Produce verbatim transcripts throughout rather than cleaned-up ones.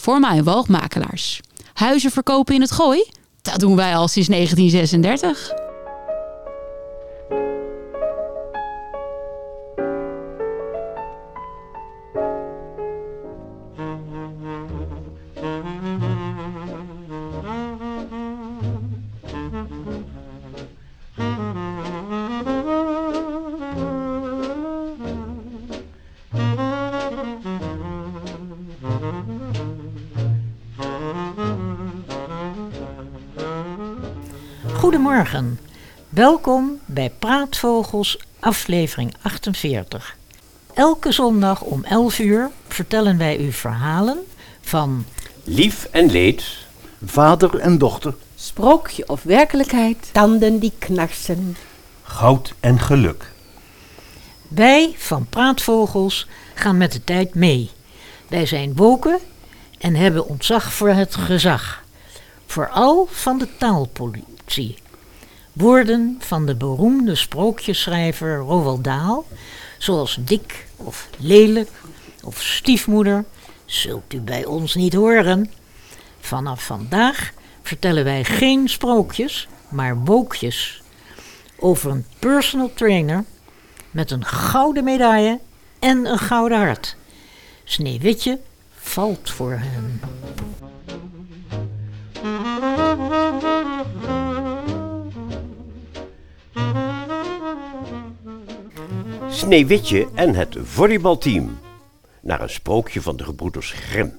voor maai- en woogmakelaars. Huizen verkopen in het Gooi? Dat doen wij al sinds negentien zesendertig. Goedemorgen, welkom bij Praatvogels aflevering achtenveertig. Elke zondag om elf uur vertellen wij u verhalen van lief en leed, vader en dochter, sprookje of werkelijkheid, tanden die knarsen, goud en geluk. Wij van Praatvogels gaan met de tijd mee. Wij zijn woken en hebben ontzag voor het gezag. Vooral van de taalpolitie. Woorden van de beroemde sprookjesschrijver Roald Dahl, zoals dik of lelijk of stiefmoeder, zult u bij ons niet horen. Vanaf vandaag vertellen wij geen sprookjes, maar wookjes. Over een personal trainer met een gouden medaille en een gouden hart. Sneeuwwitje valt voor hen. Sneeuwwitje en het volleybalteam. Naar een sprookje van de gebroeders Grimm.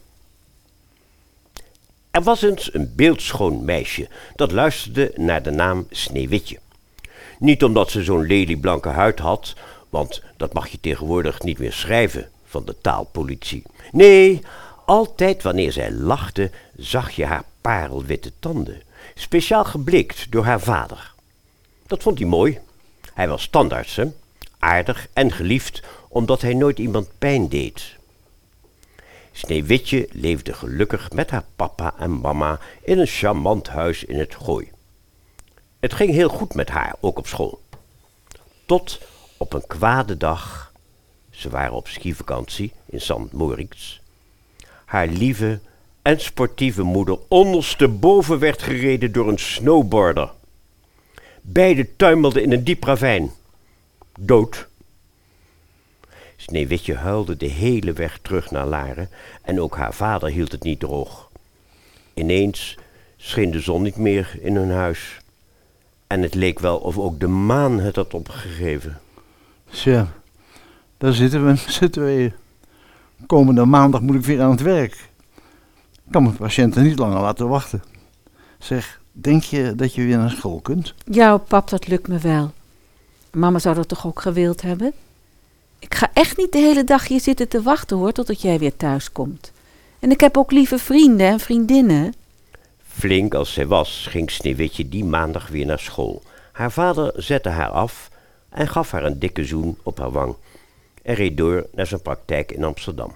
Er was eens een beeldschoon meisje dat luisterde naar de naam Sneeuwwitje. Niet omdat ze zo'n lelieblanke huid had, want dat mag je tegenwoordig niet meer schrijven van de taalpolitie. Nee, altijd wanneer zij lachte, zag je haar parelwitte tanden, speciaal geblikt door haar vader. Dat vond hij mooi. Hij was tandarts, hè? Aardig en geliefd, omdat hij nooit iemand pijn deed. Sneeuwwitje leefde gelukkig met haar papa en mama in een charmant huis in het Gooi. Het ging heel goed met haar, ook op school. Tot op een kwade dag, ze waren op skivakantie in Sankt Moritz, haar lieve en sportieve moeder ondersteboven werd gereden door een snowboarder. Beiden tuimelden in een diep ravijn. Dood. Sneeuwwitje huilde de hele weg terug naar Laren en ook haar vader hield het niet droog. Ineens scheen de zon niet meer in hun huis. En het leek wel of ook de maan het had opgegeven. Tja, daar zitten we met z'n tweeën. Komende maandag moet ik weer aan het werk. Ik kan mijn patiënten niet langer laten wachten. Zeg, denk je dat je weer naar school kunt? Ja, pap, dat lukt me wel. Mama zou dat toch ook gewild hebben? Ik ga echt niet de hele dag hier zitten te wachten, hoor, totdat jij weer thuis komt. En ik heb ook lieve vrienden en vriendinnen. Flink als zij was, ging Sneeuwwitje die maandag weer naar school. Haar vader zette haar af en gaf haar een dikke zoen op haar wang en reed door naar zijn praktijk in Amsterdam.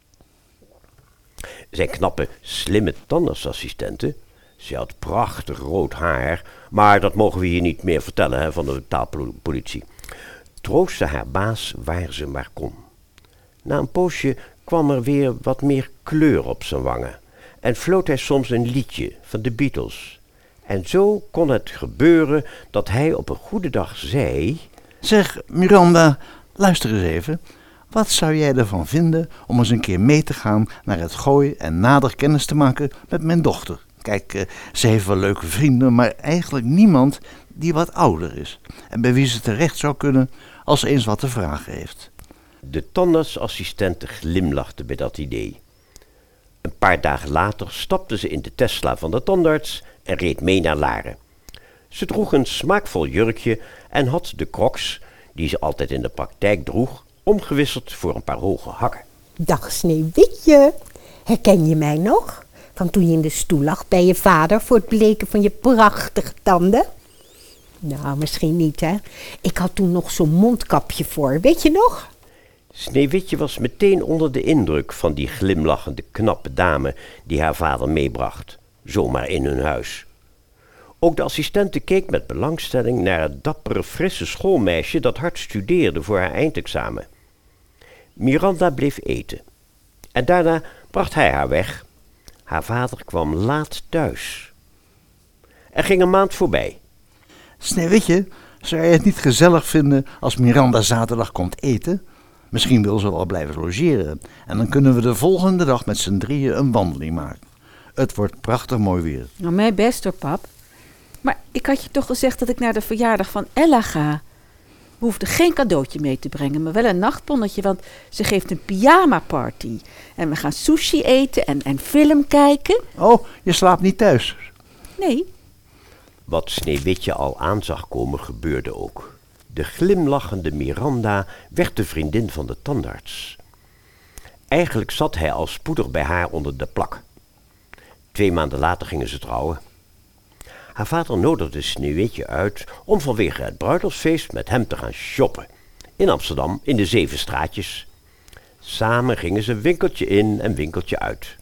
Zijn knappe, slimme tandartsassistente, ze had prachtig rood haar, maar dat mogen we hier niet meer vertellen hè, van de taalpolitie, troostte haar baas waar ze maar kon. Na een poosje kwam er weer wat meer kleur op zijn wangen en floot hij soms een liedje van de Beatles. En zo kon het gebeuren dat hij op een goede dag zei: Zeg, Miranda, luister eens even. Wat zou jij ervan vinden om eens een keer mee te gaan naar het Gooi en nader kennis te maken met mijn dochter? Kijk, uh, ze heeft wel leuke vrienden, maar eigenlijk niemand die wat ouder is. En bij wie ze terecht zou kunnen als ze eens wat te vragen heeft. De tandartsassistente glimlachte bij dat idee. Een paar dagen later stapte ze in de Tesla van de tandarts en reed mee naar Laren. Ze droeg een smaakvol jurkje en had de crocs, die ze altijd in de praktijk droeg, omgewisseld voor een paar hoge hakken. Dag Sneeuwwitje, herken je mij nog? Van toen je in de stoel lag bij je vader voor het bleken van je prachtige tanden? Nou, misschien niet, hè. Ik had toen nog zo'n mondkapje voor, weet je nog? Sneeuwwitje was meteen onder de indruk van die glimlachende, knappe dame die haar vader meebracht, zomaar in hun huis. Ook de assistente keek met belangstelling naar het dappere, frisse schoolmeisje dat hard studeerde voor haar eindexamen. Miranda bleef eten. En daarna bracht hij haar weg. Haar vader kwam laat thuis. Er ging een maand voorbij. Sneeuwwitje, zou je het niet gezellig vinden als Miranda zaterdag komt eten? Misschien wil ze wel blijven logeren. En dan kunnen we de volgende dag met z'n drieën een wandeling maken. Het wordt prachtig mooi weer. Nou, mij best hoor, pap. Maar ik had je toch gezegd dat ik naar de verjaardag van Ella ga. We hoefden geen cadeautje mee te brengen, maar wel een nachtponnetje, want ze geeft een pyjama-party. En we gaan sushi eten en, en film kijken. Oh, je slaapt niet thuis? Nee. Wat Sneeuwwitje al aan zag komen, gebeurde ook. De glimlachende Miranda werd de vriendin van de tandarts. Eigenlijk zat hij al spoedig bij haar onder de plak. Twee maanden later gingen ze trouwen. Haar vader nodigde Sneeuwwitje uit om vanwege het bruiloftsfeest met hem te gaan shoppen. In Amsterdam, in de Zeven Straatjes. Samen gingen ze winkeltje in en winkeltje uit.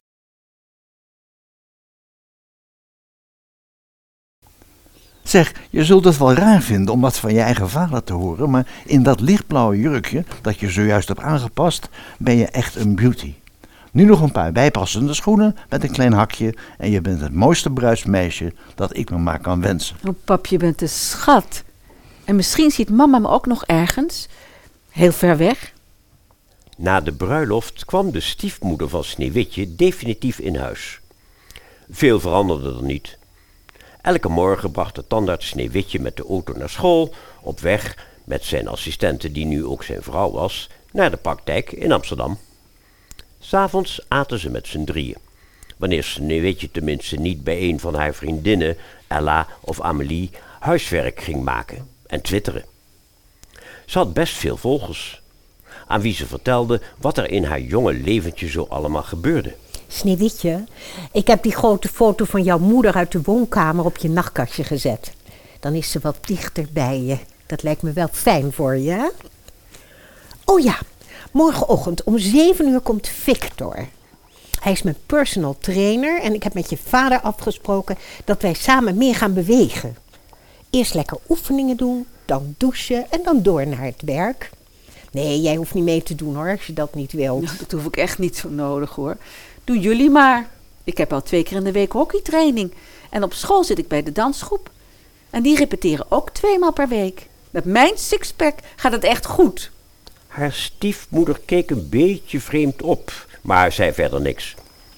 Zeg, je zult het wel raar vinden om dat van je eigen vader te horen, maar in dat lichtblauwe jurkje dat je zojuist hebt aangepast, ben je echt een beauty. Nu nog een paar bijpassende schoenen met een klein hakje en je bent het mooiste bruidsmeisje dat ik me maar kan wensen. Oh, pap, je bent een schat. En misschien ziet mama me ook nog ergens, heel ver weg. Na de bruiloft kwam de stiefmoeder van Sneeuwwitje definitief in huis. Veel veranderde er niet. Elke morgen bracht de tandarts Sneeuwwitje met de auto naar school, op weg met zijn assistente, die nu ook zijn vrouw was, naar de praktijk in Amsterdam. 'S Avonds aten ze met z'n drieën. Wanneer Sneeuwwitje tenminste niet bij een van haar vriendinnen, Ella of Amélie, huiswerk ging maken en twitteren. Ze had best veel volgers, aan wie ze vertelde wat er in haar jonge leventje zo allemaal gebeurde. Sneeuwwitje, ik heb die grote foto van jouw moeder uit de woonkamer op je nachtkastje gezet. Dan is ze wat dichter bij je. Dat lijkt me wel fijn voor je, hè? Oh ja, morgenochtend om zeven uur komt Victor. Hij is mijn personal trainer en ik heb met je vader afgesproken dat wij samen meer gaan bewegen. Eerst lekker oefeningen doen, dan douchen en dan door naar het werk. Nee, jij hoeft niet mee te doen hoor, als je dat niet wilt. Nou, dat hoef ik echt niet zo nodig hoor. Doe jullie maar. Ik heb al twee keer in de week hockeytraining. En op school zit ik bij de dansgroep. En die repeteren ook tweemaal per week. Met mijn sixpack gaat het echt goed. Haar stiefmoeder keek een beetje vreemd op, maar zei verder niks.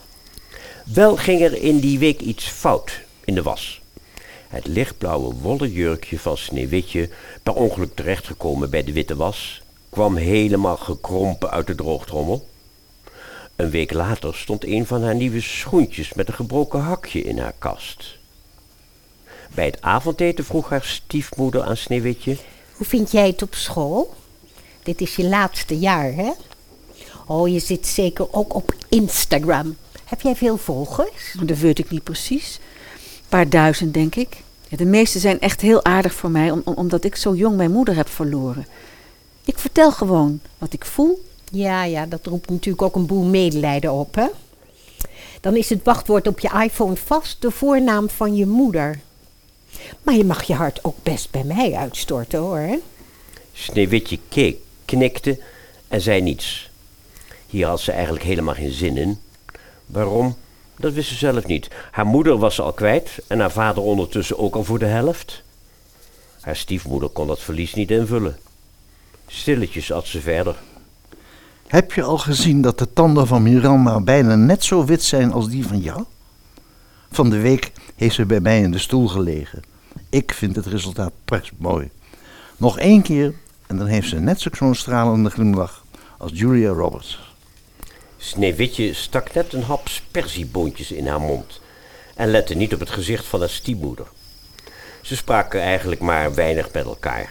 Wel ging er in die week iets fout in de was. Het lichtblauwe wollen jurkje van Sneeuwwitje, per ongeluk terechtgekomen bij de witte was, kwam helemaal gekrompen uit de droogtrommel. Een week later stond een van haar nieuwe schoentjes met een gebroken hakje in haar kast. Bij het avondeten vroeg haar stiefmoeder aan Sneeuwwitje: Hoe vind jij het op school? Dit is je laatste jaar, hè? Oh, je zit zeker ook op Instagram. Heb jij veel volgers? Dat weet ik niet precies. Een paar duizend, denk ik. Ja, de meeste zijn echt heel aardig voor mij, om, omdat ik zo jong mijn moeder heb verloren. Ik vertel gewoon wat ik voel. Ja, ja, dat roept natuurlijk ook een boel medelijden op, hè? Dan is het wachtwoord op je iPhone vast de voornaam van je moeder. Maar je mag je hart ook best bij mij uitstorten, hoor. Sneeuwwitje keek, knikte en zei niets. Hier had ze eigenlijk helemaal geen zin in. Waarom? Dat wist ze zelf niet. Haar moeder was ze al kwijt en haar vader ondertussen ook al voor de helft. Haar stiefmoeder kon dat verlies niet invullen. Stilletjes at ze verder. Heb je al gezien dat de tanden van Miranda bijna net zo wit zijn als die van jou? Van de week heeft ze bij mij in de stoel gelegen. Ik vind het resultaat best mooi. Nog één keer en dan heeft ze net zo'n stralende glimlach als Julia Roberts. Sneeuwwitje stak net een hap sperzieboontjes in haar mond en lette niet op het gezicht van haar stiefmoeder. Ze spraken eigenlijk maar weinig met elkaar.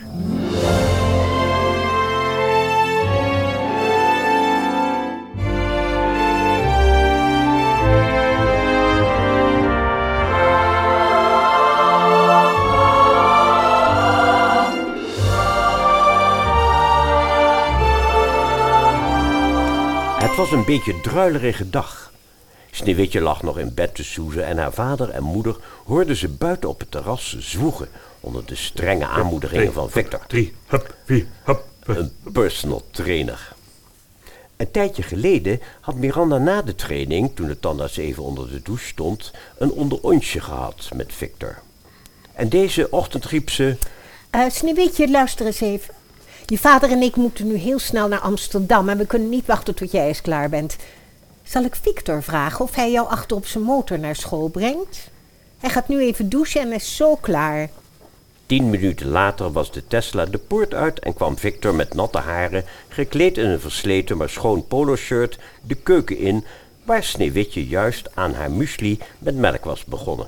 Het was een beetje druilerige dag. Sneeuwwitje lag nog in bed te soezen en haar vader en moeder hoorden ze buiten op het terras zwoegen onder de strenge aanmoedigingen van Victor. Drie, hup, vier, hup. Een personal trainer. Een tijdje geleden had Miranda na de training, toen de tandarts even onder de douche stond, een onderontje gehad met Victor. En deze ochtend riep ze... Uh, Sneeuwwitje, luister eens even. Je vader en ik moeten nu heel snel naar Amsterdam en we kunnen niet wachten tot jij eens klaar bent. Zal ik Victor vragen of hij jou achter op zijn motor naar school brengt? Hij gaat nu even douchen en is zo klaar. Tien minuten later was de Tesla de poort uit en kwam Victor met natte haren, gekleed in een versleten maar schoon poloshirt, de keuken in, waar Sneeuwwitje juist aan haar muesli met melk was begonnen.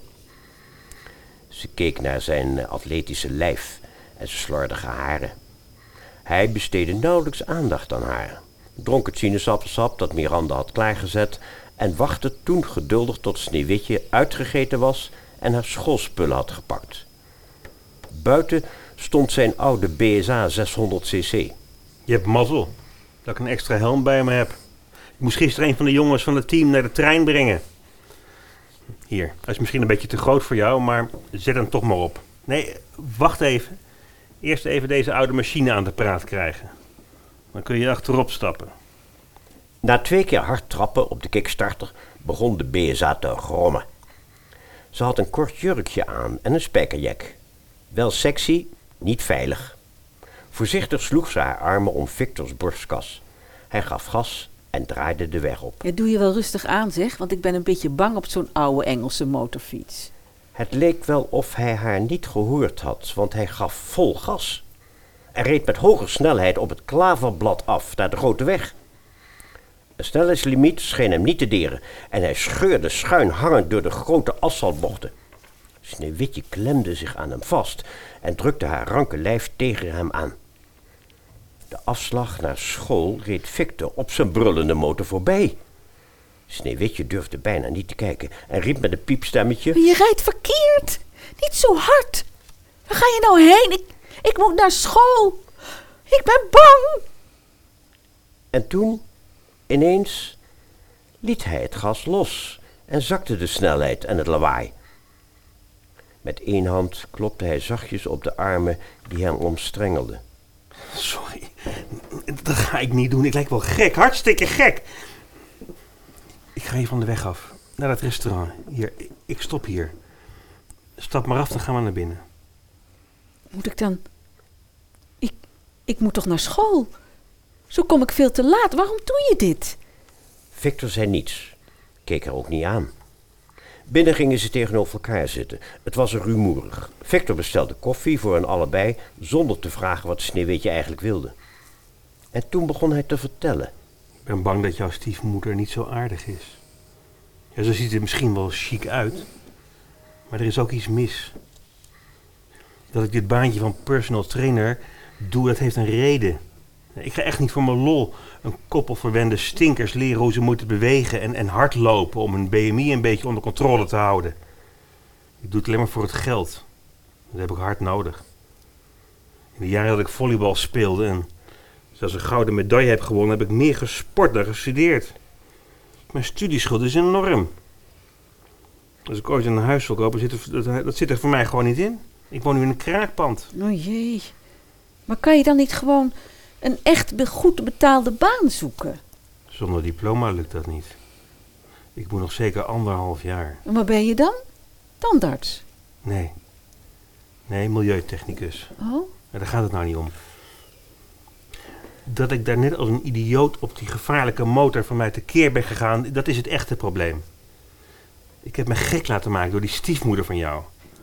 Ze keek naar zijn atletische lijf en zijn slordige haren. Hij besteedde nauwelijks aandacht aan haar, dronk het sinaasappelsap dat Miranda had klaargezet en wachtte toen geduldig tot Sneeuwwitje uitgegeten was en haar schoolspullen had gepakt. Buiten stond zijn oude B S A zeshonderd cc. Je hebt mazzel dat ik een extra helm bij me heb. Ik moest gisteren een van de jongens van het team naar de trein brengen. Hier, hij is misschien een beetje te groot voor jou, maar zet hem toch maar op. Nee, wacht even. Eerst even deze oude machine aan de praat krijgen. Dan kun je achterop stappen. Na twee keer hard trappen op de kickstarter begon de B S A te grommen. Ze had een kort jurkje aan en een spijkerjack. Wel sexy, niet veilig. Voorzichtig sloeg ze haar armen om Victors borstkas. Hij gaf gas en draaide de weg op. Ja, doe je wel rustig aan, zeg, want ik ben een beetje bang op zo'n oude Engelse motorfiets. Het leek wel of hij haar niet gehoord had, want hij gaf vol gas. En reed met hoge snelheid op het klaverblad af naar de grote weg. Een snelheidslimiet scheen hem niet te deren en hij scheurde schuin hangend door de grote asfaltbochten. Sneeuwwitje klemde zich aan hem vast en drukte haar ranke lijf tegen hem aan. De afslag naar school reed Victor op zijn brullende motor voorbij. Sneeuwwitje durfde bijna niet te kijken en riep met een piepstemmetje... Je rijdt verkeerd! Niet zo hard! Waar ga je nou heen? Ik, ik moet naar school! Ik ben bang! En toen, ineens, liet hij het gas los en zakte de snelheid en het lawaai. Met één hand klopte hij zachtjes op de armen die hem omstrengelden. Sorry, dat ga ik niet doen. Ik lijk wel gek, hartstikke gek. Ik ga hier van de weg af, naar dat restaurant. Hier, ik stop hier. Stap maar af, dan gaan we naar binnen. Moet ik dan... Ik, ik moet toch naar school? Zo kom ik veel te laat. Waarom doe je dit? Victor zei niets, keek haar ook niet aan. Binnen gingen ze tegenover elkaar zitten. Het was er rumoerig. Victor bestelde koffie voor hen allebei, zonder te vragen wat Sneeuwwitje eigenlijk wilde. En toen begon hij te vertellen. Ik ben bang dat jouw stiefmoeder niet zo aardig is. Ja, zo ziet het misschien wel chic uit, maar er is ook iets mis. Dat ik dit baantje van personal trainer doe, dat heeft een reden. Ik ga echt niet voor mijn lol een koppel verwende stinkers leren hoe ze moeten bewegen en, en hardlopen om hun B M I een beetje onder controle te houden. Ik doe het alleen maar voor het geld. Dat heb ik hard nodig. In de jaren dat ik volleybal speelde en zelfs een gouden medaille heb gewonnen, heb ik meer gesport dan gestudeerd. Mijn studieschuld is enorm. Als ik ooit een huis wil kopen, zit er, dat, dat zit er voor mij gewoon niet in. Ik woon nu in een kraakpand. O jee. Maar kan je dan niet gewoon een echt be- goed betaalde baan zoeken? Zonder diploma lukt dat niet. Ik moet nog zeker anderhalf jaar. En waar ben je dan? Tandarts? Nee. Nee, milieutechnicus. Oh? Maar daar gaat het nou niet om. Dat ik daar net als een idioot op die gevaarlijke motor van mij tekeer ben gegaan, dat is het echte probleem. Ik heb me gek laten maken door die stiefmoeder van jou.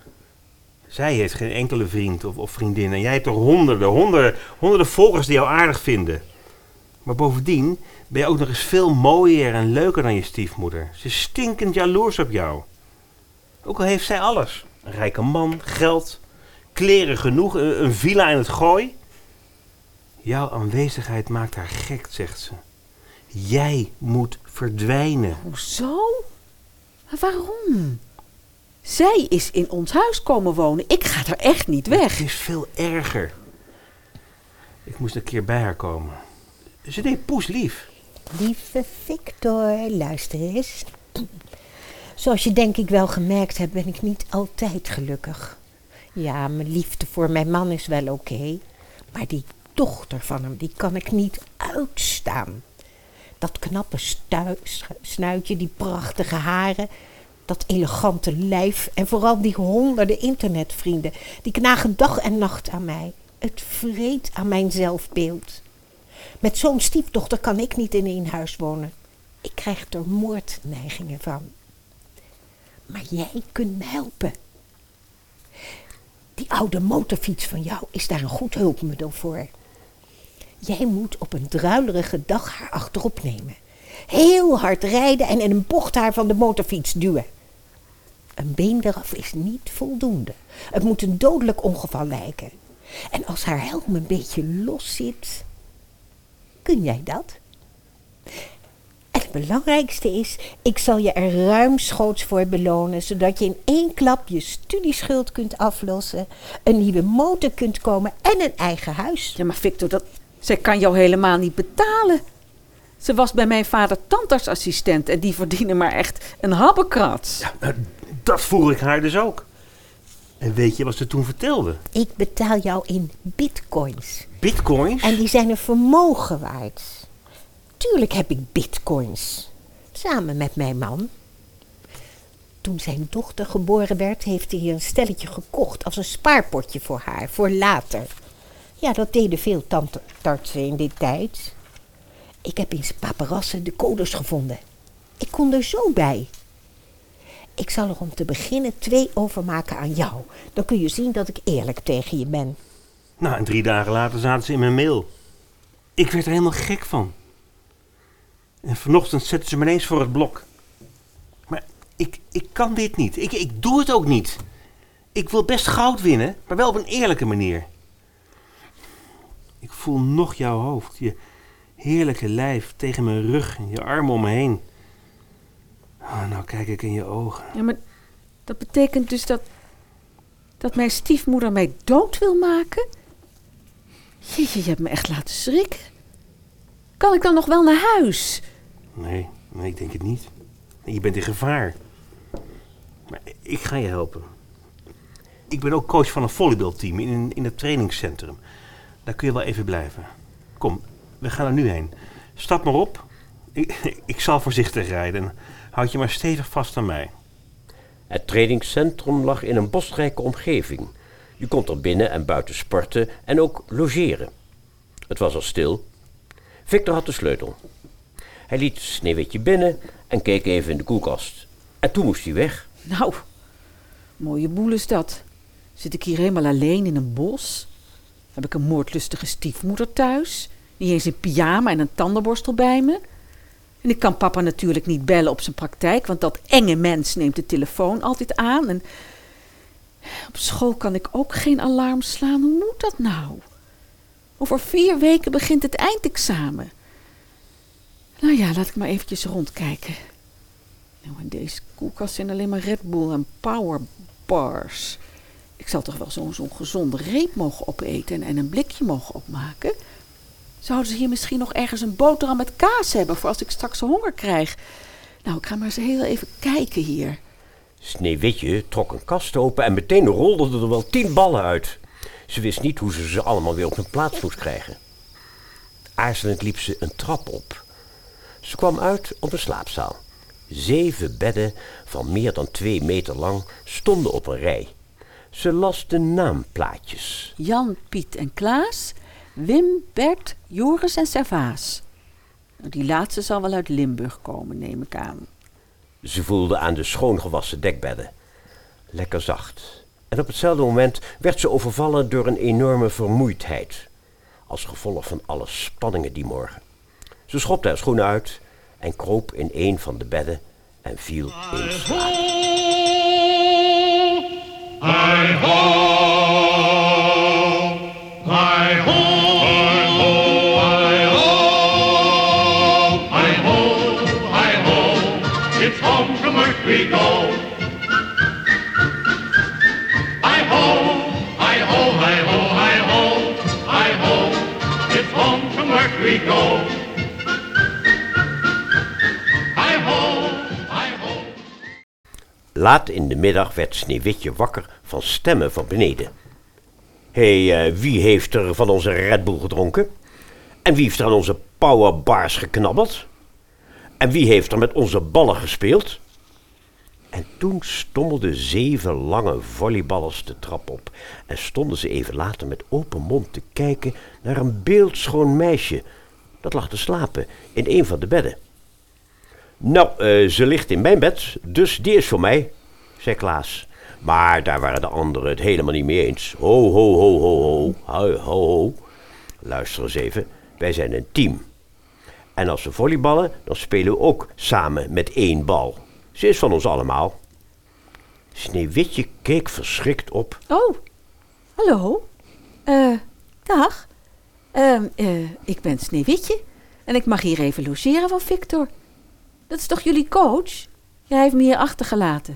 Zij heeft geen enkele vriend of, of vriendin en jij hebt er honderden, honderden, honderden volgers die jou aardig vinden. Maar bovendien ben je ook nog eens veel mooier en leuker dan je stiefmoeder. Ze is stinkend jaloers op jou. Ook al heeft zij alles. Een rijke man, geld, kleren genoeg, een, een villa in het Gooi. Jouw aanwezigheid maakt haar gek, zegt ze. Jij moet verdwijnen. Hoezo? Maar waarom? Zij is in ons huis komen wonen. Ik ga er echt niet weg. Het is veel erger. Ik moest een keer bij haar komen. Ze deed poeslief. Lieve Victor, luister eens. Zoals je denk ik wel gemerkt hebt, ben ik niet altijd gelukkig. Ja, mijn liefde voor mijn man is wel oké. Okay, maar die dochter van hem, die kan ik niet uitstaan. Dat knappe stui- snuitje, die prachtige haren, dat elegante lijf en vooral die honderden internetvrienden. Die knagen dag en nacht aan mij. Het vreet aan mijn zelfbeeld. Met zo'n stiefdochter kan ik niet in één huis wonen. Ik krijg er moordneigingen van. Maar jij kunt me helpen. Die oude motorfiets van jou is daar een goed hulpmiddel voor. Jij moet op een druilerige dag haar achterop nemen. Heel hard rijden en in een bocht haar van de motorfiets duwen. Een been eraf is niet voldoende. Het moet een dodelijk ongeval lijken. En als haar helm een beetje los zit, kun jij dat? En het belangrijkste is, ik zal je er ruimschoots voor belonen, zodat je in één klap je studieschuld kunt aflossen, een nieuwe motor kunt komen en een eigen huis. Ja, maar Victor, dat, zij kan jou helemaal niet betalen. Ze was bij mijn vader tandartsassistent en die verdienen maar echt een habbekrats. Ja, nou, dat vroeg ik haar dus ook. En weet je wat ze toen vertelde? Ik betaal jou in bitcoins. Bitcoins? En die zijn een vermogen waard. Tuurlijk heb ik bitcoins. Samen met mijn man. Toen zijn dochter geboren werd, heeft hij een stelletje gekocht als een spaarpotje voor haar, voor later. Ja, dat deden veel tandartsen in die tijd. Ik heb in zijn paparassen de codes gevonden. Ik kon er zo bij. Ik zal er om te beginnen twee overmaken aan jou. Dan kun je zien dat ik eerlijk tegen je ben. Nou, en drie dagen later zaten ze in mijn mail. Ik werd er helemaal gek van. En vanochtend zetten ze me ineens voor het blok. Maar ik, ik kan dit niet. Ik, ik doe het ook niet. Ik wil best goud winnen, maar wel op een eerlijke manier. Ik voel nog jouw hoofd, je heerlijke lijf tegen mijn rug en je armen om me heen. Oh, nou kijk ik in je ogen. Ja, maar dat betekent dus dat, dat mijn stiefmoeder mij dood wil maken? Jeetje, je hebt me echt laten schrikken. Kan ik dan nog wel naar huis? Nee, nee, ik denk het niet. Je bent in gevaar. Maar ik ga je helpen. Ik ben ook coach van een volleybalteam in, in het trainingscentrum. Daar kun je wel even blijven. Kom, we gaan er nu heen. Stap maar op. Ik, ik zal voorzichtig rijden. Houd je maar stevig vast aan mij. Het trainingscentrum lag in een bosrijke omgeving. Je kon er binnen en buiten sporten en ook logeren. Het was al stil. Victor had de sleutel. Hij liet Sneeuwwitje binnen en keek even in de koelkast. En toen moest hij weg. Nou, mooie boel is dat. Zit ik hier helemaal alleen in een bos? Heb ik een moordlustige stiefmoeder thuis? Niet eens in pyjama en een tandenborstel bij me? En ik kan papa natuurlijk niet bellen op zijn praktijk, want dat enge mens neemt de telefoon altijd aan. En op school kan ik ook geen alarm slaan. Hoe moet dat nou? Over vier weken begint het eindexamen. Nou ja, laat ik maar eventjes rondkijken. Nou, in deze koelkast zijn alleen maar Red Bull en Power Bars. Ik zal toch wel zo'n zo'n gezonde reep mogen opeten en, en een blikje mogen opmaken. Zouden ze hier misschien nog ergens een boterham met kaas hebben voor als ik straks honger krijg? Nou, ik ga maar eens heel even kijken hier. Sneeuwwitje trok een kast open en meteen rolden er wel tien ballen uit. Ze wist niet hoe ze ze allemaal weer op hun plaats moest krijgen. Aarzelend liep ze een trap op. Ze kwam uit op een slaapzaal. Zeven bedden van meer dan twee meter lang stonden op een rij. Ze las de naamplaatjes. Jan, Piet en Klaas, Wim, Bert, Joris en Servaas. Die laatste zal wel uit Limburg komen, neem ik aan. Ze voelde aan de schoongewassen dekbedden. Lekker zacht. En op hetzelfde moment werd ze overvallen door een enorme vermoeidheid. Als gevolg van alle spanningen die morgen. Ze schopte haar schoenen uit en kroop in een van de bedden en viel in slaap. Hi ho, hi ho, hi ho, hi ho, hi ho, it's home from work we go. Hi ho, hi ho, hi ho, hi ho, hi ho, it's home from work we go. Hi ho, hi ho. Laat in de middag werd Sneeuwwitje wakker van stemmen van beneden. Hé, hey, uh, wie heeft er van onze Red Bull gedronken? En wie heeft er aan onze powerbars geknabbeld? En wie heeft er met onze ballen gespeeld? En toen stommelden zeven lange volleyballers de trap op en stonden ze even later met open mond te kijken naar een beeldschoon meisje. Dat lag te slapen in een van de bedden. Nou, uh, ze ligt in mijn bed, dus die is voor mij, zei Klaas. Maar daar waren de anderen het helemaal niet mee eens. Ho, ho, ho, ho, ho, ho, ho, ho. Luister eens even, wij zijn een team. En als we volleyballen, dan spelen we ook samen met één bal. Ze is van ons allemaal. Sneeuwwitje keek verschrikt op. Oh, hallo. Eh, dag. Eh, eh, ik ben Sneeuwwitje en ik mag hier even logeren van Victor. Dat is toch jullie coach? Jij heeft me hier achtergelaten.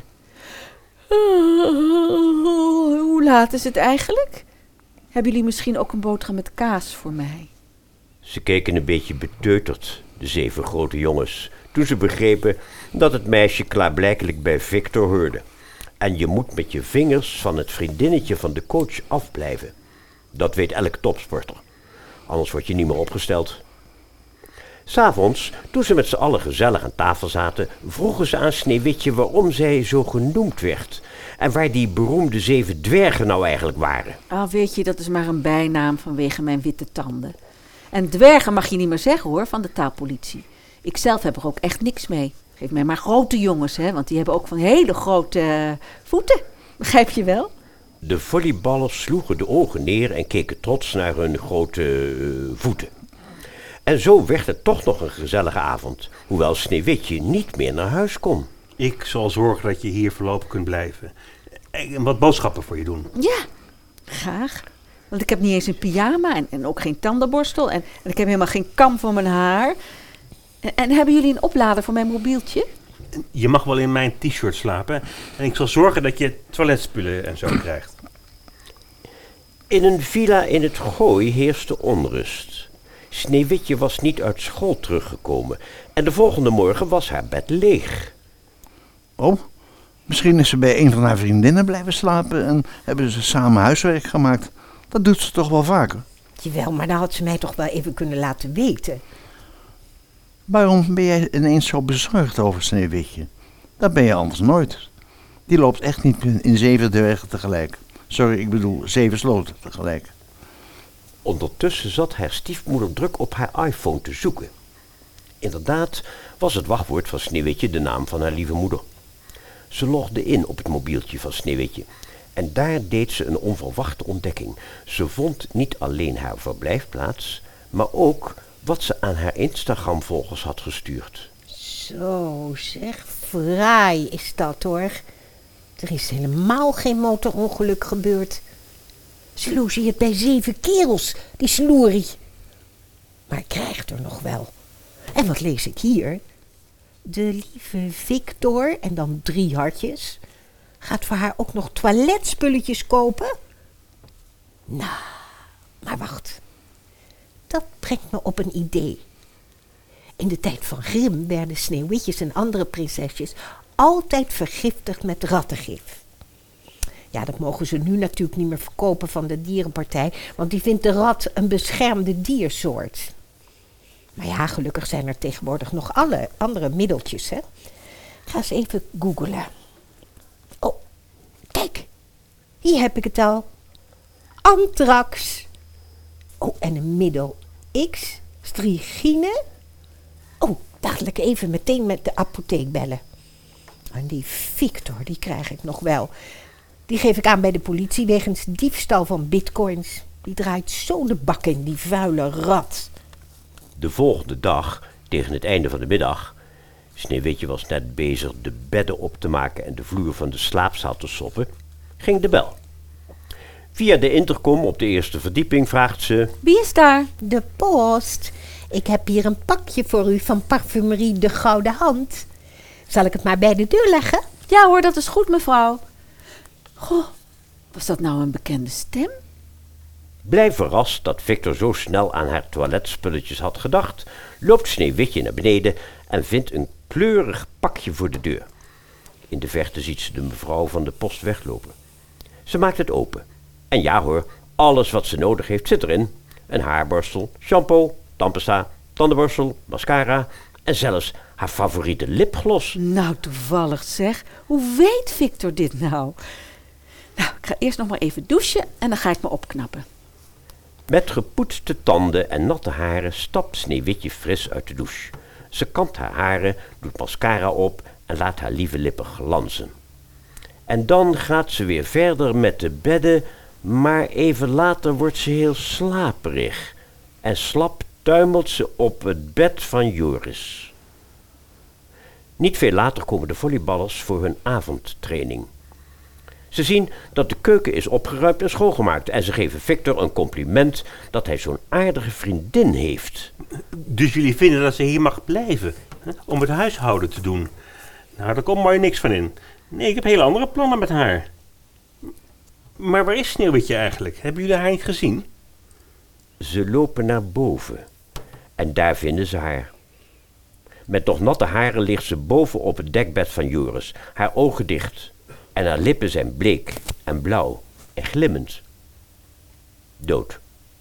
Hoe laat is het eigenlijk? Hebben jullie misschien ook een boterham met kaas voor mij? Ze keken een beetje beteuterd, de zeven grote jongens, toen ze begrepen dat het meisje klaarblijkelijk bij Victor hoorde. En je moet met je vingers van het vriendinnetje van de coach afblijven. Dat weet elk topsporter. Anders word je niet meer opgesteld. 'S Avonds, toen ze met z'n allen gezellig aan tafel zaten, vroegen ze aan Sneeuwwitje waarom zij zo genoemd werd. En waar die beroemde zeven dwergen nou eigenlijk waren. Ah, weet je, dat is maar een bijnaam vanwege mijn witte tanden. En dwergen mag je niet meer zeggen hoor, van de taalpolitie. Ik zelf heb er ook echt niks mee. Geef mij maar grote jongens, hè, want die hebben ook van hele grote uh, voeten. Begrijp je wel? De volleyballers sloegen de ogen neer en keken trots naar hun grote uh, voeten. En zo werd het toch nog een gezellige avond, hoewel Sneeuwwitje niet meer naar huis kon. Ik zal zorgen dat je hier voorlopig kunt blijven. En wat boodschappen voor je doen. Ja, graag. Want ik heb niet eens een pyjama en, en ook geen tandenborstel. En, en ik heb helemaal geen kam voor mijn haar. En, en hebben jullie een oplader voor mijn mobieltje? Je mag wel in mijn t-shirt slapen. En ik zal zorgen dat je toiletspullen en zo krijgt. In een villa in het Gooi heerste onrust. Sneeuwwitje was niet uit school teruggekomen. En de volgende morgen was haar bed leeg. Oh, misschien is ze bij een van haar vriendinnen blijven slapen en hebben ze samen huiswerk gemaakt. Dat doet ze toch wel vaker. Jawel, maar dan had ze mij toch wel even kunnen laten weten. Waarom ben jij ineens zo bezorgd over Sneeuwwitje? Dat ben je anders nooit. Die loopt echt niet in zeven dwergen tegelijk. Sorry, ik bedoel zeven sloten tegelijk. Ondertussen zat haar stiefmoeder druk op haar iPhone te zoeken. Inderdaad was het wachtwoord van Sneeuwwitje de naam van haar lieve moeder. Ze logde in op het mobieltje van Sneeuwwitje. En daar deed ze een onverwachte ontdekking. Ze vond niet alleen haar verblijfplaats, maar ook wat ze aan haar Instagram-volgers had gestuurd. Zo zeg, fraai is dat hoor. Er is helemaal geen motorongeluk gebeurd. Ze logeert bij zeven kerels, die sloerie. Maar krijgt er nog wel. En wat lees ik hier? De lieve Victor, en dan drie hartjes, gaat voor haar ook nog toiletspulletjes kopen? Nou, maar wacht. Dat brengt me op een idee. In de tijd van Grimm werden Sneeuwwitjes en andere prinsesjes altijd vergiftigd met rattengif. Ja, dat mogen ze nu natuurlijk niet meer verkopen van de dierenpartij, want die vindt de rat een beschermde diersoort. Maar ja, gelukkig zijn er tegenwoordig nog alle andere middeltjes, hè. Ik ga eens even googlen. Oh, kijk. Hier heb ik het al. Anthrax. Oh, en een middel X. Strigine. Oh, dadelijk even meteen met de apotheek bellen. En die Victor, die krijg ik nog wel. Die geef ik aan bij de politie wegens diefstal van bitcoins. Die draait zo de bak in, die vuile rat. De volgende dag, tegen het einde van de middag, Sneeuwwitje was net bezig de bedden op te maken en de vloer van de slaapzaal te soppen, ging de bel. Via de intercom op de eerste verdieping vraagt ze: Wie is daar? De post. Ik heb hier een pakje voor u van parfumerie De Gouden Hand. Zal ik het maar bij de deur leggen? Ja hoor, dat is goed mevrouw. Goh, was dat nou een bekende stem? Blij verrast dat Victor zo snel aan haar toiletspulletjes had gedacht, loopt Sneeuwwitje naar beneden en vindt een kleurig pakje voor de deur. In de verte ziet ze de mevrouw van de post weglopen. Ze maakt het open. En ja hoor, alles wat ze nodig heeft zit erin. Een haarborstel, shampoo, tandpasta, tandenborstel, mascara En zelfs haar favoriete lipgloss. Nou, toevallig zeg. Hoe weet Victor dit nou? Nou, ik ga eerst nog maar even douchen en dan ga ik me opknappen. Met gepoetste tanden en natte haren stapt Sneeuwwitje fris uit de douche. Ze kampt haar haren, doet mascara op en laat haar lieve lippen glanzen. En dan gaat ze weer verder met de bedden, maar even later wordt ze heel slaperig. En slap tuimelt ze op het bed van Joris. Niet veel later komen de volleyballers voor hun avondtraining. Ze zien dat de keuken is opgeruimd en schoongemaakt en ze geven Victor een compliment dat hij zo'n aardige vriendin heeft. Dus jullie vinden dat ze hier mag blijven, hè? Om het huishouden te doen? Nou, daar komt mooi niks van in. Nee, ik heb hele andere plannen met haar. Maar waar is Sneeuwwitje eigenlijk? Hebben jullie haar niet gezien? Ze lopen naar boven en daar vinden ze haar. Met nog natte haren ligt ze boven op het dekbed van Joris, haar ogen dicht. En haar lippen zijn bleek en blauw en glimmend. Dood.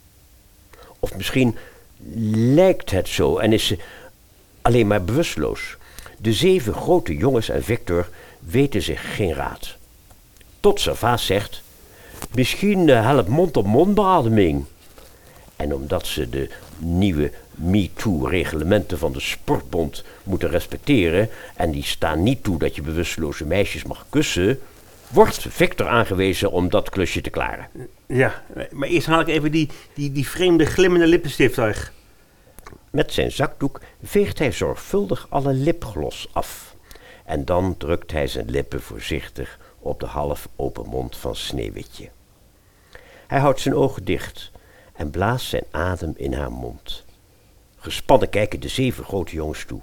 Of misschien lijkt het zo en is ze alleen maar bewusteloos. De zeven grote jongens en Victor weten zich geen raad. Tot Servaas zegt, misschien uh, helpt mond-op-mond beademing. En omdat ze de nieuwe MeToo-reglementen van de Sportbond moeten respecteren en die staan niet toe dat je bewusteloze meisjes mag kussen, wordt Victor aangewezen om dat klusje te klaren. Ja, maar eerst haal ik even die, die, die vreemde glimmende lippenstift weg. Met zijn zakdoek veegt hij zorgvuldig alle lipgloss af. En dan drukt hij zijn lippen voorzichtig op de half open mond van Sneeuwwitje. Hij houdt zijn ogen dicht en blaast zijn adem in haar mond. Gespannen kijken de zeven grote jongens toe.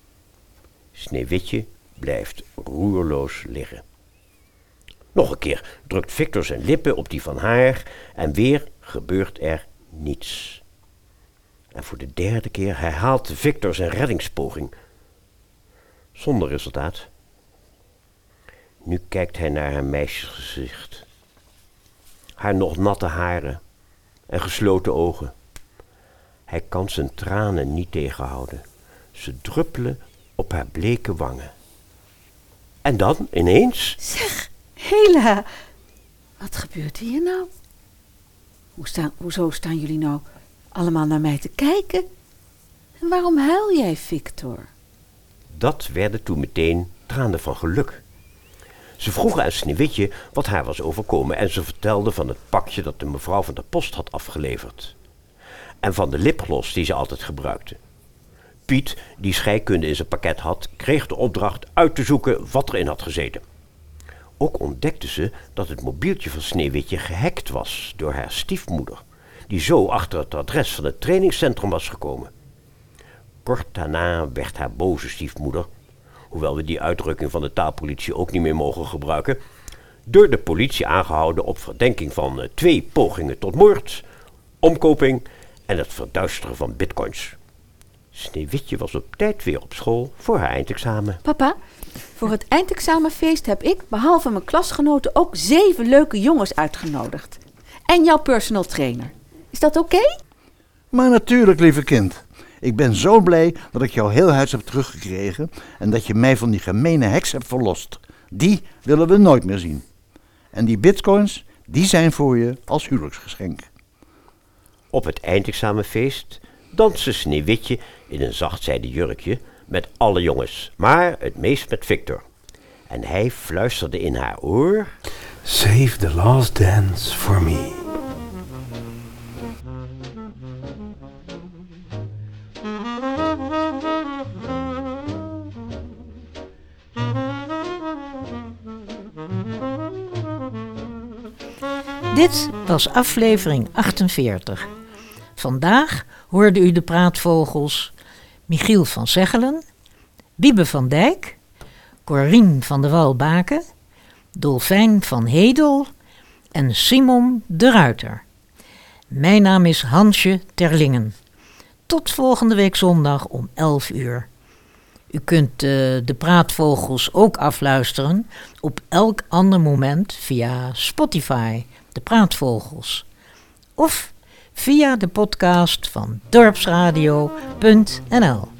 Sneeuwwitje blijft roerloos liggen. Nog een keer drukt Victor zijn lippen op die van haar en weer gebeurt er niets. En voor de derde keer herhaalt Victor zijn reddingspoging. Zonder resultaat. Nu kijkt hij naar haar meisjesgezicht. Haar nog natte haren en gesloten ogen. Hij kan zijn tranen niet tegenhouden. Ze druppelen op haar bleke wangen. En dan, ineens... Zeg, Hela, wat gebeurt hier nou? Hoe staan, hoezo staan jullie nou allemaal naar mij te kijken? En waarom huil jij, Victor? Dat werden toen meteen tranen van geluk. Ze vroegen aan Sneeuwwitje wat haar was overkomen en ze vertelde van het pakje dat de mevrouw van de post had afgeleverd. En van de lipgloss die ze altijd gebruikte. Piet, die scheikunde in zijn pakket had, kreeg de opdracht uit te zoeken wat erin had gezeten. Ook ontdekte ze dat het mobieltje van Sneeuwwitje gehackt was door haar stiefmoeder, die zo achter het adres van het trainingscentrum was gekomen. Kort daarna werd haar boze stiefmoeder, hoewel we die uitdrukking van de taalpolitie ook niet meer mogen gebruiken, door de politie aangehouden op verdenking van uh, twee pogingen tot moord, omkoping en het verduisteren van bitcoins. Sneeuwwitje was op tijd weer op school voor haar eindexamen. Papa, voor het eindexamenfeest heb ik, behalve mijn klasgenoten, ook zeven leuke jongens uitgenodigd. En jouw personal trainer. Is dat oké? Okay? Maar natuurlijk, lieve kind. Ik ben zo blij dat ik jouw heel huis heb teruggekregen en dat je mij van die gemene heks hebt verlost. Die willen we nooit meer zien. En die bitcoins, die zijn voor je als huwelijksgeschenk. Op het eindexamenfeest danste Sneeuwwitje in een zachtzijden jurkje met alle jongens, maar het meest met Victor. En hij fluisterde in haar oor: Save the last dance for me. Dit was aflevering achtenveertig. Vandaag hoorde u de praatvogels Michiel van Zeggelen, Wiebe van Dijk, Corien van de Walbaken, Dolfijn van Hedel en Simon de Ruiter. Mijn naam is Hansje Terlingen. Tot volgende week zondag om elf uur. U kunt uh, de praatvogels ook afluisteren op elk ander moment via Spotify, de praatvogels. Of via de podcast van dorpsradio punt n l.